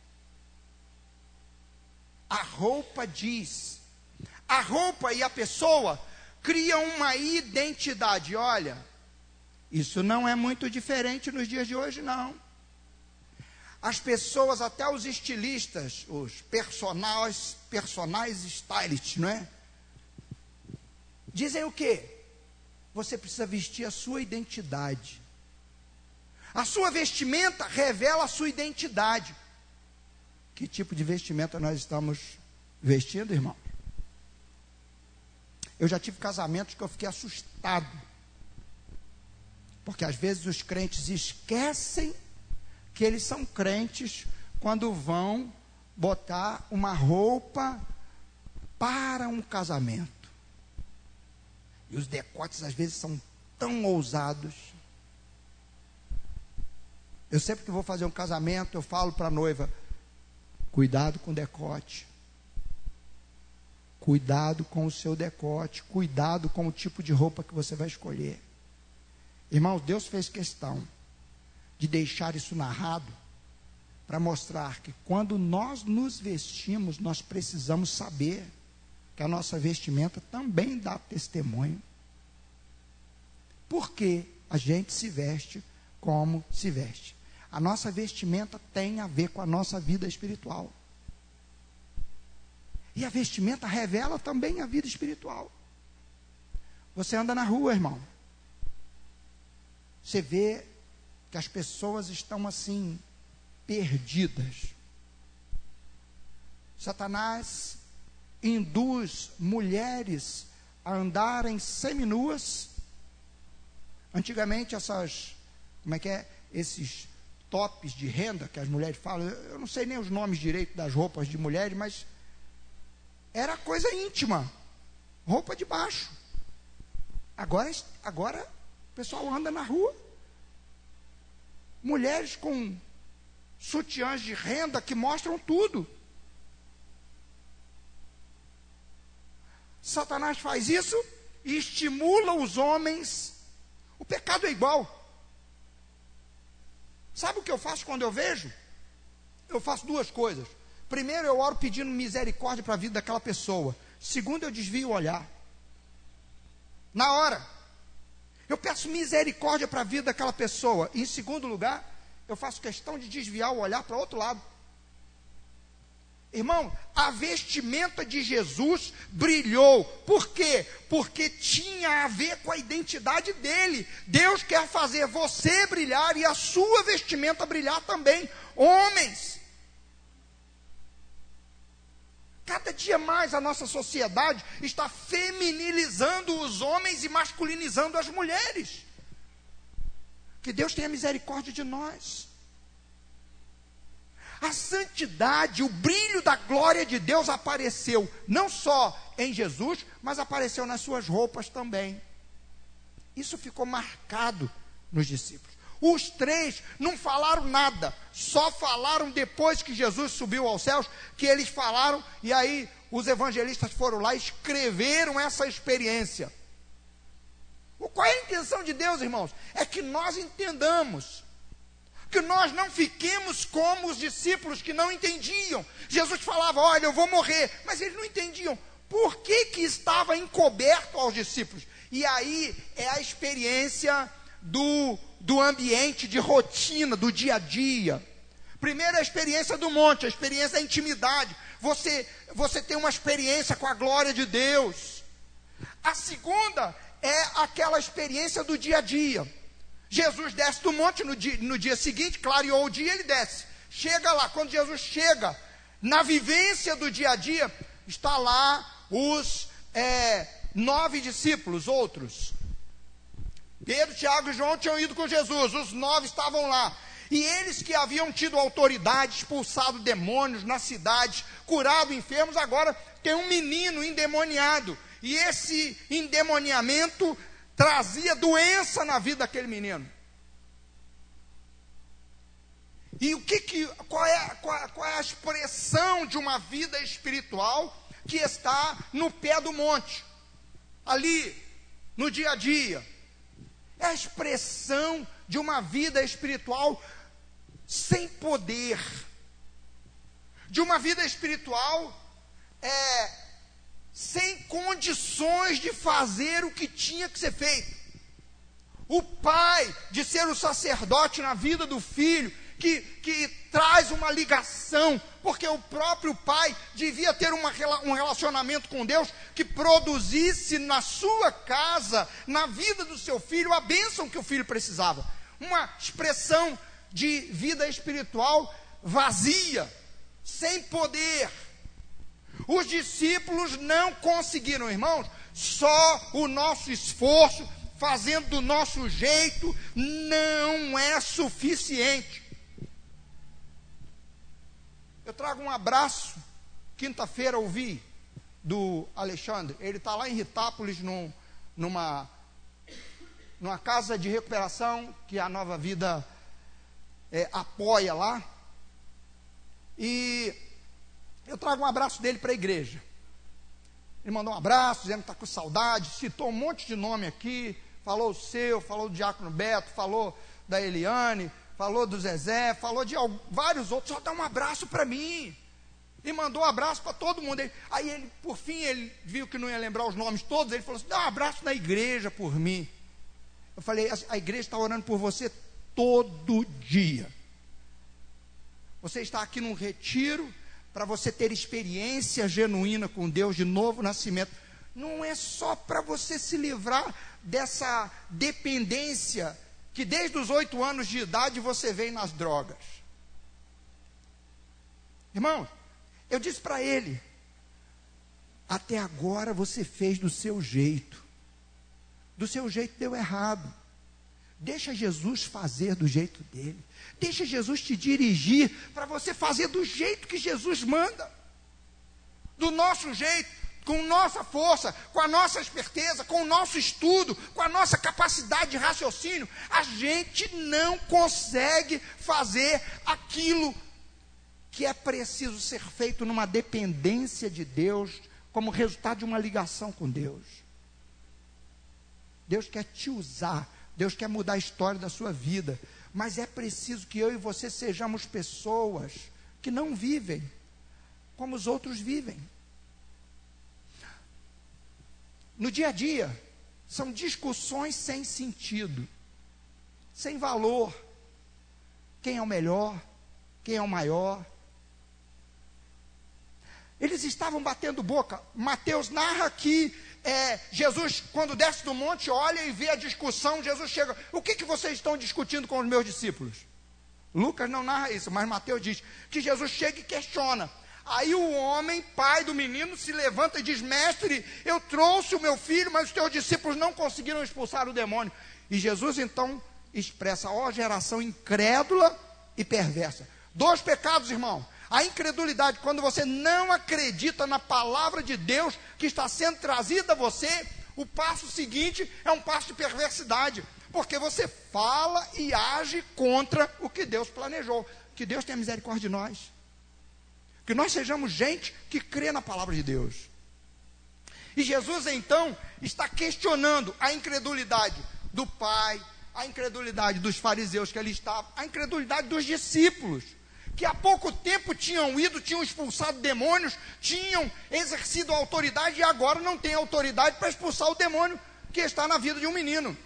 A roupa diz. A roupa e a pessoa criam uma identidade. Olha, isso não é muito diferente nos dias de hoje, não. As pessoas, até os estilistas, os personagens stylists, não é? Dizem o quê? Você precisa vestir a sua identidade. A sua vestimenta revela a sua identidade. Que tipo de vestimenta nós estamos vestindo, irmão? Eu já tive casamentos que eu fiquei assustado. Porque às vezes os crentes esquecem que eles são crentes quando vão botar uma roupa para um casamento. E os decotes às vezes são tão ousados. Eu sempre que vou fazer um casamento, eu falo para a noiva: cuidado com o decote. Cuidado com o seu decote. Cuidado com o tipo de roupa que você vai escolher. Irmãos, Deus fez questão de deixar isso narrado para mostrar que quando nós nos vestimos, nós precisamos saber que a nossa vestimenta também dá testemunho. Por que a gente se veste como se veste? A nossa vestimenta tem a ver com a nossa vida espiritual. E a vestimenta revela também a vida espiritual. Você anda na rua, irmão. Você vê que as pessoas estão assim, perdidas. Satanás induz mulheres a andarem seminuas. Antigamente esses tops de renda que as mulheres falam, eu não sei nem os nomes direito das roupas de mulheres, mas era coisa íntima, roupa de baixo. Agora o pessoal anda na rua, mulheres com sutiãs de renda que mostram tudo. Satanás faz isso e estimula os homens. O pecado é igual. Sabe o que eu faço quando eu vejo? Eu faço duas coisas. Primeiro, eu oro pedindo misericórdia para a vida daquela pessoa. Segundo, eu desvio o olhar. Na hora. Eu peço misericórdia para a vida daquela pessoa. E em segundo lugar, eu faço questão de desviar o olhar para outro lado. Irmão, a vestimenta de Jesus brilhou. Por quê? Porque tinha a ver com a identidade dele. Deus quer fazer você brilhar e a sua vestimenta brilhar também. Homens, cada dia mais a nossa sociedade está feminilizando os homens e masculinizando as mulheres. Que Deus tenha misericórdia de nós. A santidade, o brilho da glória de Deus apareceu não só em Jesus, mas apareceu nas suas roupas também. Isso ficou marcado nos discípulos. Os três não falaram nada, só falaram depois que Jesus subiu aos céus, que eles falaram, e aí os evangelistas foram lá e escreveram essa experiência. Qual é a intenção de Deus, irmãos? É que nós entendamos, que nós não fiquemos como os discípulos que não entendiam. Jesus falava, olha, eu vou morrer, mas eles não entendiam. Por que estava encoberto aos discípulos? E aí é a experiência do ambiente de rotina, do dia a dia. Primeiro a experiência do monte, a experiência da intimidade. Você tem uma experiência com a glória de Deus. A segunda é aquela experiência do dia a dia. Jesus desce do monte no dia seguinte, clareou o dia, ele desce. Chega lá, quando Jesus chega, na vivência do dia a dia, está lá os 9 discípulos, outros. Pedro, Tiago e João tinham ido com Jesus, os 9 estavam lá. E eles que haviam tido autoridade, expulsado demônios na cidade, curado enfermos, agora tem um menino endemoniado. E esse endemoniamento trazia doença na vida daquele menino. E qual é a expressão de uma vida espiritual que está no pé do monte, ali, no dia a dia? É a expressão de uma vida espiritual sem poder, de uma vida espiritual sem condições de fazer o que tinha que ser feito. O pai de ser o sacerdote na vida do filho, que traz uma ligação, porque o próprio pai devia ter um relacionamento com Deus que produzisse na sua casa, na vida do seu filho, a bênção que o filho precisava. Uma expressão de vida espiritual vazia, sem poder. Os discípulos não conseguiram, irmãos. Só o nosso esforço, fazendo do nosso jeito, não é suficiente. Eu trago um abraço. Quinta-feira ouvi do Alexandre. Ele está lá em Ritápolis, numa casa de recuperação que a Nova Vida apoia lá. E eu trago um abraço dele para a igreja. Ele mandou um abraço, dizendo que está com saudade, citou um monte de nome aqui, falou o seu, falou do Diácono Beto, falou da Eliane, falou do Zezé, falou de vários outros, só dá um abraço para mim. E mandou um abraço para todo mundo. Aí ele, por fim, ele viu que não ia lembrar os nomes todos, ele falou assim, dá um abraço na igreja por mim. Eu falei, a igreja está orando por você todo dia. Você está aqui num retiro para você ter experiência genuína com Deus de novo nascimento. Não é só para você se livrar dessa dependência que desde os 8 anos de idade você vem nas drogas. Irmão, eu disse para ele, até agora você fez do seu jeito deu errado. Deixa Jesus fazer do jeito dele. Deixa Jesus te dirigir para você fazer do jeito que Jesus manda. Do nosso jeito, com nossa força, com a nossa esperteza, com o nosso estudo, com a nossa capacidade de raciocínio. A gente não consegue fazer aquilo que é preciso ser feito numa dependência de Deus, como resultado de uma ligação com Deus. Deus quer te usar, Deus quer mudar a história da sua vida, mas é preciso que eu e você sejamos pessoas que não vivem como os outros vivem. No dia a dia, são discussões sem sentido, sem valor. Quem é o melhor? Quem é o maior? Eles estavam batendo boca. Mateus narra que Jesus, quando desce do monte, olha e vê a discussão. Jesus chega, o que vocês estão discutindo com os meus discípulos? Lucas não narra isso, mas Mateus diz que Jesus chega e questiona. Aí o homem, pai do menino, se levanta e diz, mestre, eu trouxe o meu filho, mas os teus discípulos não conseguiram expulsar o demônio. E Jesus então expressa, ó geração incrédula e perversa. 2 pecados, irmão. A incredulidade, quando você não acredita na palavra de Deus que está sendo trazida a você, o passo seguinte é um passo de perversidade, porque você fala e age contra o que Deus planejou. Que Deus tenha misericórdia de nós. Que nós sejamos gente que crê na palavra de Deus. E Jesus então está questionando a incredulidade do pai, a incredulidade dos fariseus que ali estavam, a incredulidade dos discípulos, que há pouco tempo tinham expulsado demônios, tinham exercido autoridade e agora não têm autoridade para expulsar o demônio que está na vida de um menino.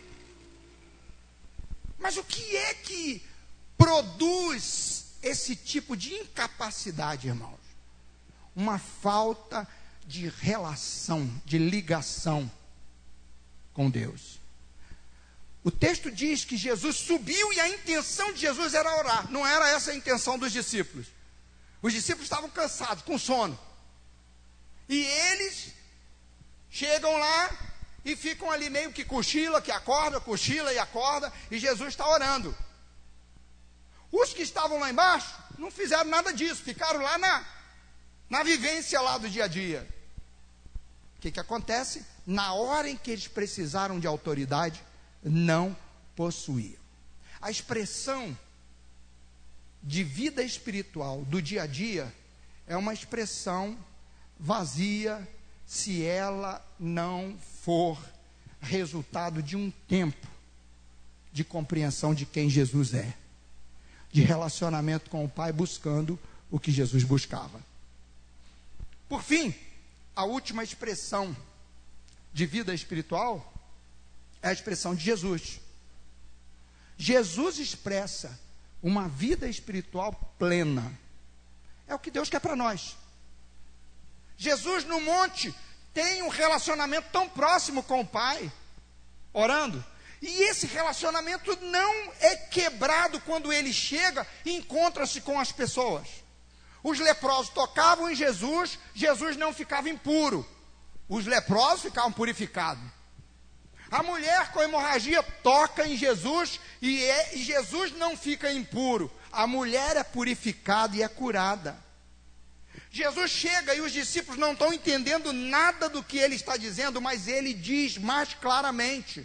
Mas o que é que produz esse tipo de incapacidade, irmãos? Uma falta de relação, de ligação com Deus. O texto diz que Jesus subiu e a intenção de Jesus era orar. Não era essa a intenção dos discípulos. Os discípulos estavam cansados, com sono. E eles chegam lá e ficam ali meio que cochila e acorda, e Jesus está orando. Os que estavam lá embaixo não fizeram nada disso, ficaram lá na vivência lá do dia a dia. O que acontece? Na hora em que eles precisaram de autoridade, não possuíam. A expressão de vida espiritual do dia a dia é uma expressão vazia se ela não for resultado de um tempo de compreensão de quem Jesus é, de relacionamento com o Pai, buscando o que Jesus buscava. Por fim, a última expressão de vida espiritual é a expressão de Jesus. Jesus expressa uma vida espiritual plena. É o que Deus quer para nós. Jesus no monte tem um relacionamento tão próximo com o Pai, orando. E esse relacionamento não é quebrado quando ele chega e encontra-se com as pessoas. Os leprosos tocavam em Jesus, Jesus não ficava impuro. Os leprosos ficavam purificados. A mulher com hemorragia toca em Jesus e Jesus não fica impuro. A mulher é purificada e é curada. Jesus chega e os discípulos não estão entendendo nada do que ele está dizendo, mas ele diz mais claramente.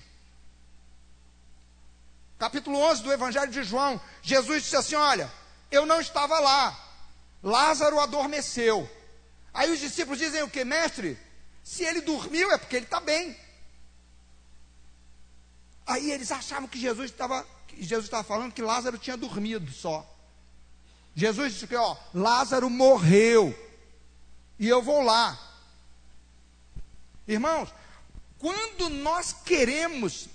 Capítulo 11 do Evangelho de João, Jesus disse assim, olha, eu não estava lá, Lázaro adormeceu. Aí os discípulos dizem o que, mestre? Se ele dormiu é porque ele está bem. Aí eles achavam que Jesus estava falando que Lázaro tinha dormido só. Jesus disse que, Lázaro morreu, e eu vou lá. Irmãos, quando nós queremos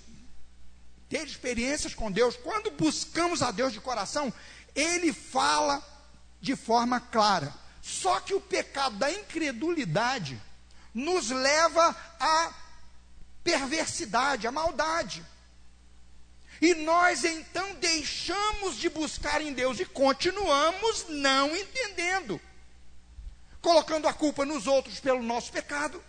ter experiências com Deus, quando buscamos a Deus de coração, Ele fala de forma clara. Só que o pecado da incredulidade nos leva à perversidade, à maldade. E nós então deixamos de buscar em Deus e continuamos não entendendo, colocando a culpa nos outros pelo nosso pecado,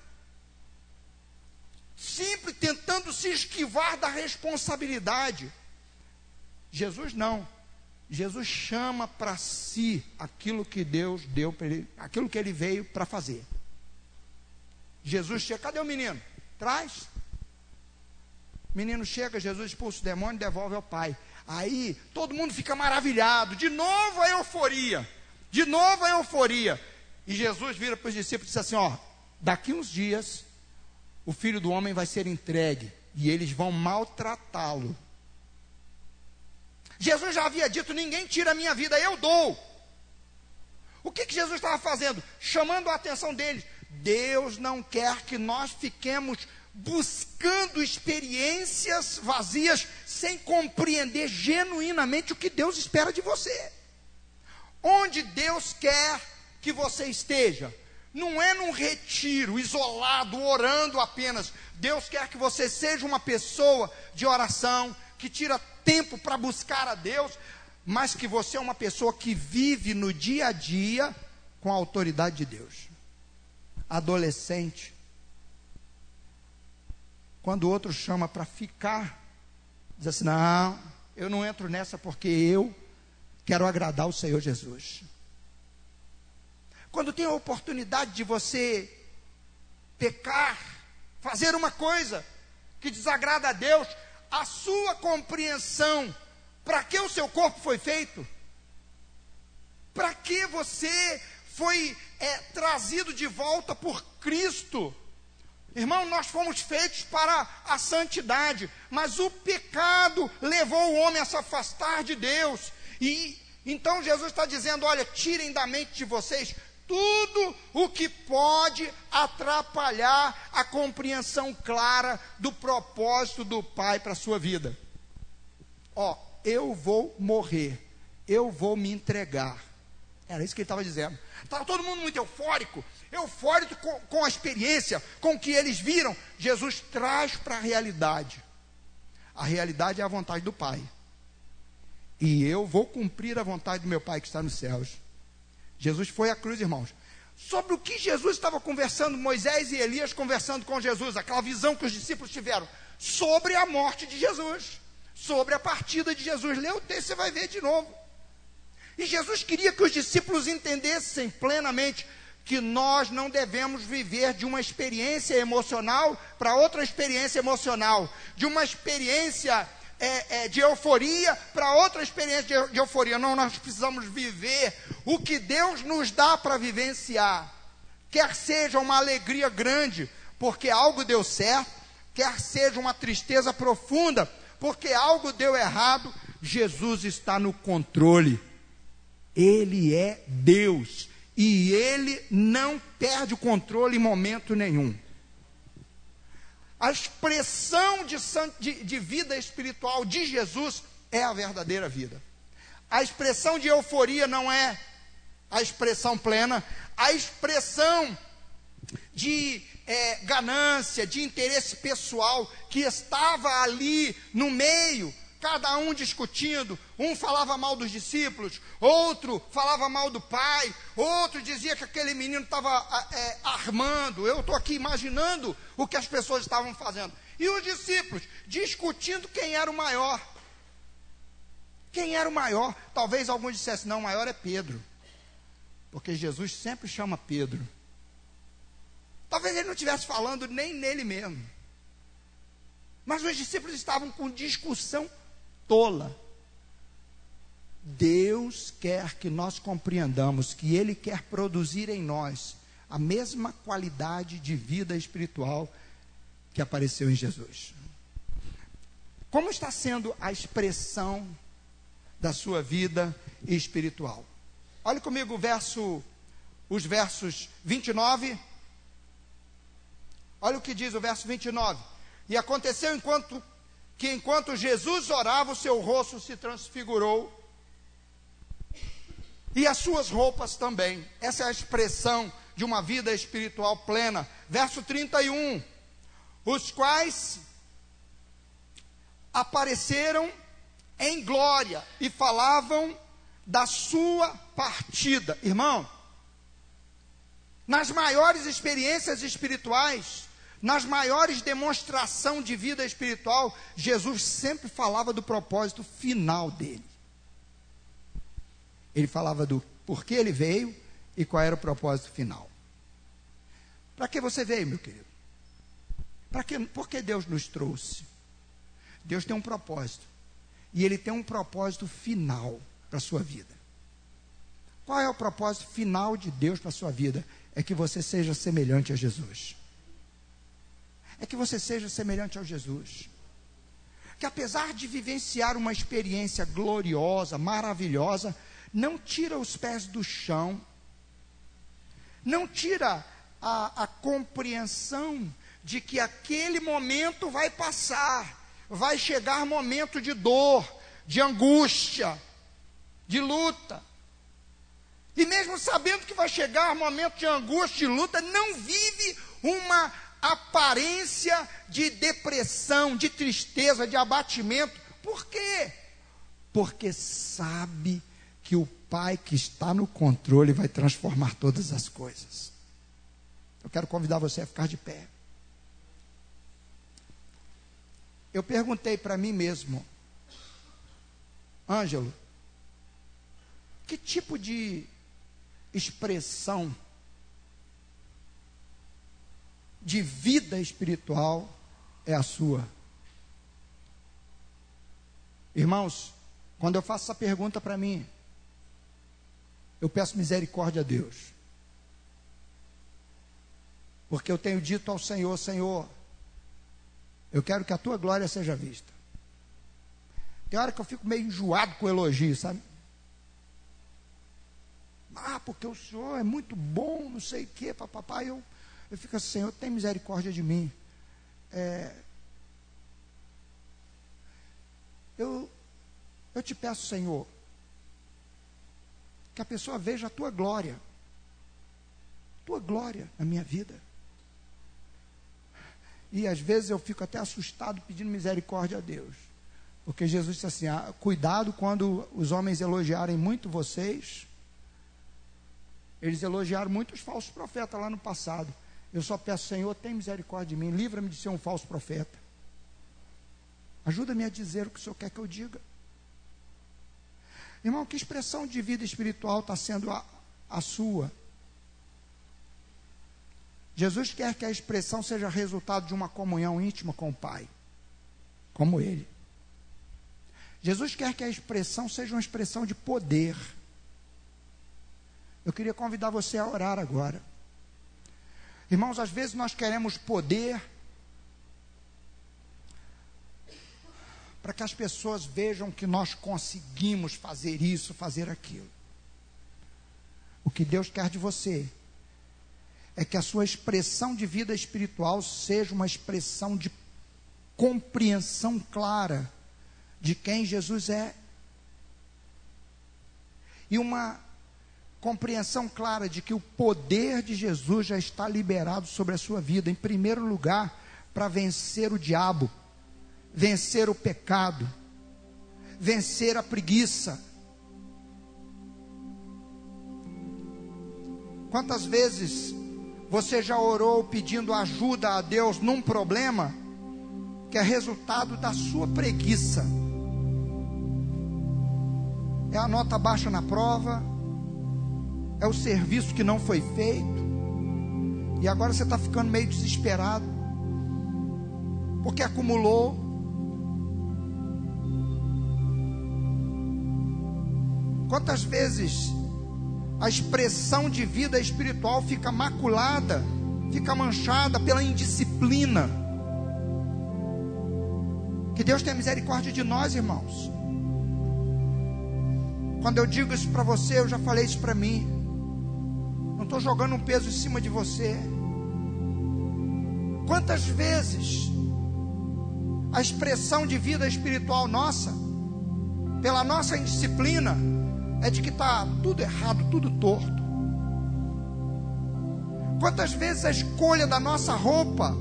sempre tentando se esquivar da responsabilidade. Jesus não. Jesus chama para si aquilo que Deus deu para ele, aquilo que ele veio para fazer. Jesus chega, cadê o menino? Traz. O menino chega, Jesus expulsa o demônio e devolve ao pai. Aí todo mundo fica maravilhado, de novo a euforia, de novo a euforia. E Jesus vira para os discípulos e diz assim, ó, daqui uns dias o Filho do Homem vai ser entregue e eles vão maltratá-lo. Jesus já havia dito, ninguém tira a minha vida, eu dou. O que Jesus estava fazendo? Chamando a atenção deles. Deus não quer que nós fiquemos buscando experiências vazias, sem compreender genuinamente o que Deus espera de você. Onde Deus quer que você esteja, não é num retiro, isolado, orando apenas. Deus quer que você seja uma pessoa de oração, que tira tempo para buscar a Deus, mas que você é uma pessoa que vive no dia a dia com a autoridade de Deus. Adolescente, quando o outro chama para ficar, diz assim, não, eu não entro nessa porque eu quero agradar o Senhor Jesus. Quando tem a oportunidade de você pecar, fazer uma coisa que desagrada a Deus, a sua compreensão, para que o seu corpo foi feito? Para que você foi trazido de volta por Cristo? Irmão, nós fomos feitos para a santidade, mas o pecado levou o homem a se afastar de Deus. E então Jesus está dizendo, olha, tirem da mente de vocês tudo o que pode atrapalhar a compreensão clara do propósito do Pai para a sua vida. Ó, eu vou morrer, eu vou me entregar. Era isso que ele estava dizendo. Estava todo mundo muito eufórico com a experiência, com o que eles viram. Jesus traz para a realidade. A realidade é a vontade do Pai. E eu vou cumprir a vontade do meu Pai que está nos céus. Jesus foi à cruz, irmãos. Sobre o que Jesus estava conversando, Moisés e Elias conversando com Jesus, aquela visão que os discípulos tiveram, sobre a morte de Jesus, sobre a partida de Jesus. Lê o texto, você vai ver de novo. E Jesus queria que os discípulos entendessem plenamente que nós não devemos viver de uma experiência emocional para outra experiência emocional, de uma experiência de euforia para outra experiência de euforia. Não, nós precisamos viver o que Deus nos dá para vivenciar, quer seja uma alegria grande, porque algo deu certo, quer seja uma tristeza profunda, porque algo deu errado. Jesus está no controle. Ele é Deus e Ele não perde o controle em momento nenhum. A expressão de vida espiritual de Jesus é a verdadeira vida. A expressão de euforia não é a expressão plena. A expressão de ganância, de interesse pessoal que estava ali no meio, cada um discutindo, um falava mal dos discípulos, outro falava mal do pai, outro dizia que aquele menino estava armando. Eu estou aqui imaginando o que as pessoas estavam fazendo. E os discípulos discutindo quem era o maior. Quem era o maior? Talvez alguns dissessem, não, o maior é Pedro, porque Jesus sempre chama Pedro. Talvez ele não estivesse falando nem nele mesmo, mas os discípulos estavam com discussão tola. Deus quer que nós compreendamos que Ele quer produzir em nós a mesma qualidade de vida espiritual que apareceu em Jesus. Como está sendo a expressão da sua vida espiritual? Olhe comigo os versos 29. Olha o que diz o verso 29. E aconteceu enquanto Jesus orava, o seu rosto se transfigurou, e as suas roupas também. Essa é a expressão de uma vida espiritual plena. Verso 31, os quais apareceram em glória e falavam da sua partida. Irmão, nas maiores experiências espirituais, nas maiores demonstrações de vida espiritual, Jesus sempre falava do propósito final dele. Ele falava do porquê ele veio e qual era o propósito final. Para que você veio, meu querido? Por que Deus nos trouxe? Deus tem um propósito. E Ele tem um propósito final para a sua vida. Qual é o propósito final de Deus para a sua vida? É que você seja semelhante a Jesus. É que você seja semelhante a Jesus. Que apesar de vivenciar uma experiência gloriosa, maravilhosa, não tira os pés do chão, não tira a compreensão de que aquele momento vai passar, vai chegar momento de dor, de angústia, de luta. E mesmo sabendo que vai chegar momento de angústia e luta, não vive uma aparência de depressão, de tristeza, de abatimento. Por quê? Porque sabe que o Pai que está no controle vai transformar todas as coisas. Eu quero convidar você a ficar de pé. Eu perguntei para mim mesmo, Ângelo, que tipo de expressão de vida espiritual é a sua? Irmãos, quando eu faço essa pergunta para mim, eu peço misericórdia a Deus, porque eu tenho dito ao Senhor, Senhor, eu quero que a tua glória seja vista. Tem hora que eu fico meio enjoado com elogio, sabe? Porque o Senhor é muito bom, não sei o quê, papapá. Eu fico assim, Senhor, tem misericórdia de mim. Eu te peço, Senhor, que a pessoa veja a tua glória na minha vida. E às vezes eu fico até assustado pedindo misericórdia a Deus, porque Jesus disse assim, cuidado quando os homens elogiarem muito vocês. Eles elogiaram muitos falsos profetas lá no passado. Eu só peço, Senhor, tem misericórdia de mim, livra-me de ser um falso profeta. Ajuda-me a dizer o que o Senhor quer que eu diga. Irmão, que expressão de vida espiritual está sendo a sua? Jesus quer que a expressão seja resultado de uma comunhão íntima com o Pai, como Ele. Jesus quer que a expressão seja uma expressão de poder. Eu queria convidar você a orar agora. Irmãos, às vezes nós queremos poder para que as pessoas vejam que nós conseguimos fazer isso, fazer aquilo. O que Deus quer de você é que a sua expressão de vida espiritual seja uma expressão de compreensão clara de quem Jesus é. E uma compreensão clara de que o poder de Jesus já está liberado sobre a sua vida, em primeiro lugar, para vencer o diabo, vencer o pecado, vencer a preguiça. Quantas vezes você já orou pedindo ajuda a Deus num problema que é resultado da sua preguiça? É a nota baixa na prova, é o serviço que não foi feito, e agora você está ficando meio desesperado, porque acumulou. Quantas vezes a expressão de vida espiritual fica maculada, fica manchada pela indisciplina? Que Deus tenha misericórdia de nós, irmãos. Quando eu digo isso para você, eu já falei isso para mim. Não estou jogando um peso em cima de você. Quantas vezes a expressão de vida espiritual nossa, pela nossa indisciplina, é de que está tudo errado, tudo torto. Quantas vezes a escolha da nossa roupa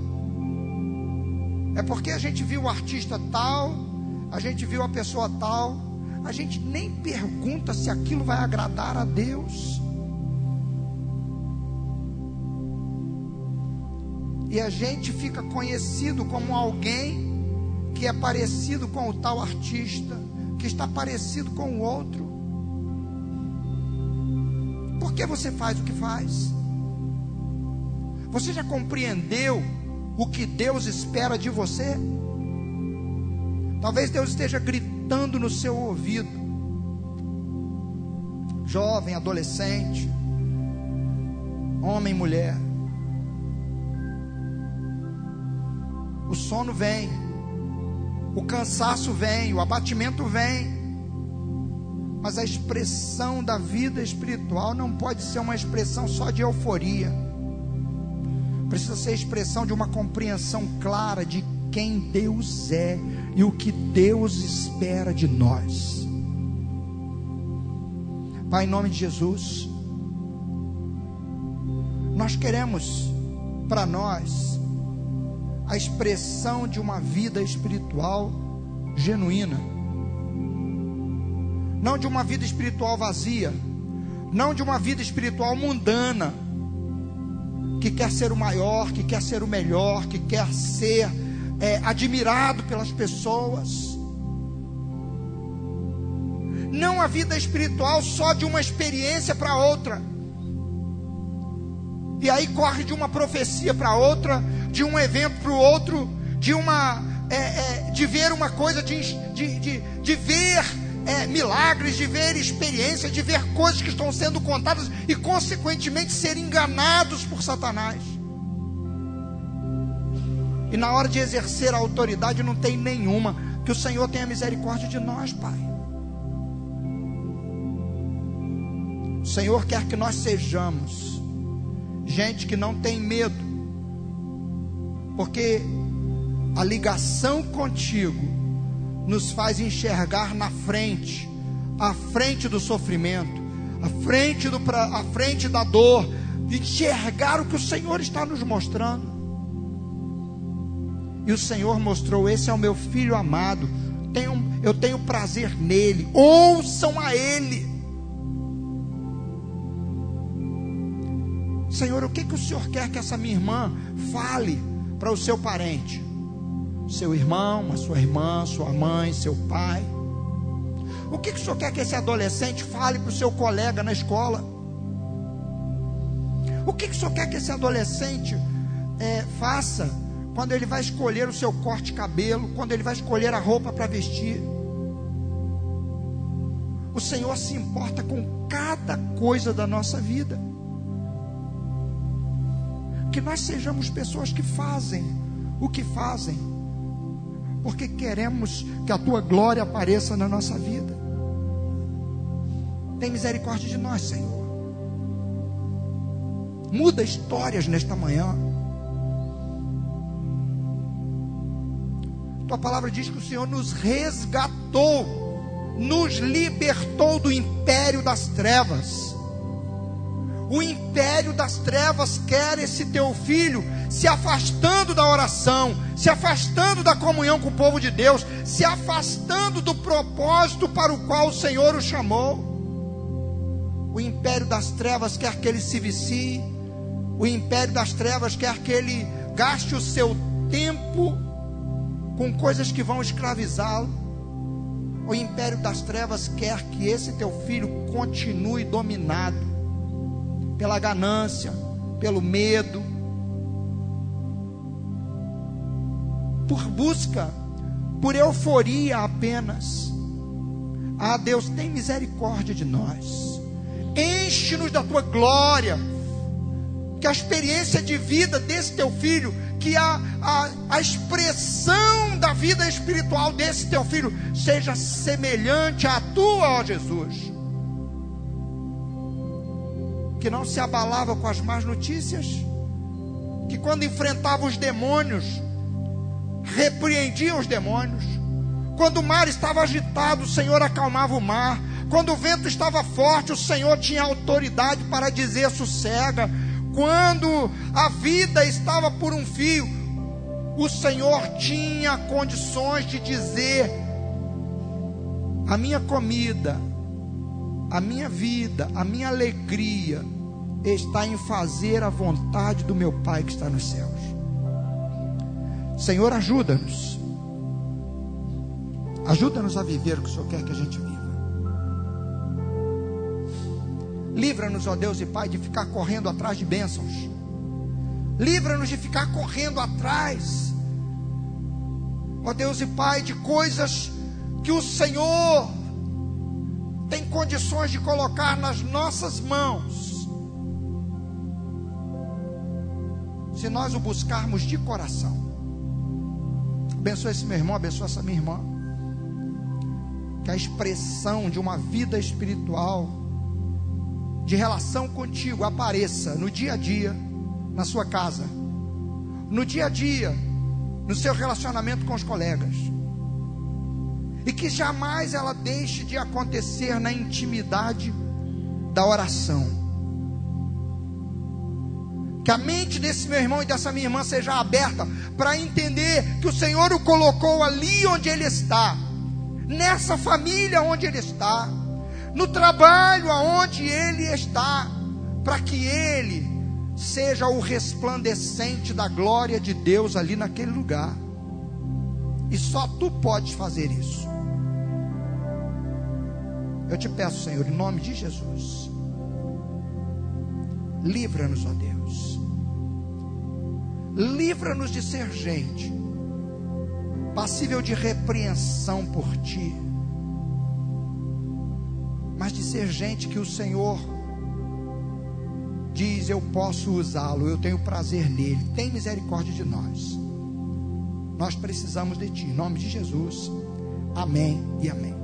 é porque a gente viu o artista tal, a gente viu a pessoa tal, a gente nem pergunta se aquilo vai agradar a Deus. E a gente fica conhecido como alguém que é parecido com o tal artista, que está parecido com o outro. Por que você faz o que faz? Você já compreendeu o que Deus espera de você? Talvez Deus esteja gritando no seu ouvido. Jovem, adolescente, homem, mulher. O sono vem, o cansaço vem, o abatimento vem. Mas a expressão da vida espiritual não pode ser uma expressão só de euforia. Precisa ser a expressão de uma compreensão clara de quem Deus é e o que Deus espera de nós. Pai, em nome de Jesus, nós queremos para nós a expressão de uma vida espiritual genuína, não de uma vida espiritual vazia, não de uma vida espiritual mundana, que quer ser o maior, que quer ser o melhor, que quer ser admirado pelas pessoas. Não a vida espiritual só de uma experiência para outra, e aí corre de uma profecia para outra, de um evento para o outro, de ver uma coisa, de ver milagres, de ver experiências, de ver coisas que estão sendo contadas e consequentemente ser enganados por Satanás. E na hora de exercer a autoridade não tem nenhuma. Que o Senhor tenha misericórdia de nós, Pai. O Senhor quer que nós sejamos gente que não tem medo, porque a ligação contigo nos faz enxergar na frente, à frente do sofrimento, à frente da dor, enxergar o que o Senhor está nos mostrando. E o Senhor mostrou: esse é o meu filho amado, eu tenho prazer nele, ouçam a ele. Senhor, o que o Senhor quer que essa minha irmã fale para o seu parente? Seu irmão, a sua irmã, sua mãe, seu pai. O que o Senhor quer que esse adolescente fale para o seu colega na escola? O que o Senhor quer que esse adolescente faça quando ele vai escolher o seu corte de cabelo, quando ele vai escolher a roupa para vestir? O Senhor se importa com cada coisa da nossa vida. Que nós sejamos pessoas que fazem o que fazem, porque queremos que a tua glória apareça na nossa vida. Tem misericórdia de nós, Senhor. Muda histórias nesta manhã. Tua palavra diz que o Senhor nos resgatou, nos libertou do império das trevas. O império das trevas quer esse teu filho se afastando da oração, se afastando da comunhão com o povo de Deus, se afastando do propósito para o qual o Senhor o chamou. O império das trevas quer que ele se vicie. O império das trevas quer que ele gaste o seu tempo com coisas que vão escravizá-lo. O império das trevas quer que esse teu filho continue dominado pela ganância, pelo medo, por busca, por euforia apenas. Ah, Deus, tem misericórdia de nós. Enche-nos da tua glória. Que a experiência de vida desse teu filho, que a expressão da vida espiritual desse teu filho seja semelhante à tua, ó Jesus. Que não se abalava com as más notícias, que quando enfrentava os demônios, repreendia os demônios. Quando o mar estava agitado, o Senhor acalmava o mar. Quando o vento estava forte, o Senhor tinha autoridade para dizer: sossega. Quando a vida estava por um fio, o Senhor tinha condições de dizer: a minha comida, a minha vida, a minha alegria está em fazer a vontade do meu Pai que está nos céus. Senhor, ajuda-nos. Ajuda-nos a viver o que o Senhor quer que a gente viva. Livra-nos, ó Deus e Pai, de ficar correndo atrás de bênçãos. Livra-nos de ficar correndo atrás, ó Deus e Pai, de coisas que o Senhor tem condições de colocar nas nossas mãos, se nós o buscarmos de coração. Abençoa esse meu irmão, abençoa essa minha irmã. Que a expressão de uma vida espiritual, de relação contigo, apareça no dia a dia, na sua casa, no dia a dia, no seu relacionamento com os colegas. E que jamais ela deixe de acontecer na intimidade da oração. Que a mente desse meu irmão e dessa minha irmã seja aberta para entender que o Senhor o colocou ali onde ele está, nessa família onde ele está, no trabalho aonde ele está, para que ele seja o resplandecente da glória de Deus ali naquele lugar. E só tu podes fazer isso. Eu te peço, Senhor, em nome de Jesus, livra-nos, ó Deus. Livra-nos de ser gente passível de repreensão por ti, mas de ser gente que o Senhor diz: eu posso usá-lo, eu tenho prazer nele. Tem misericórdia de nós. Nós precisamos de ti, em nome de Jesus. Amém e amém.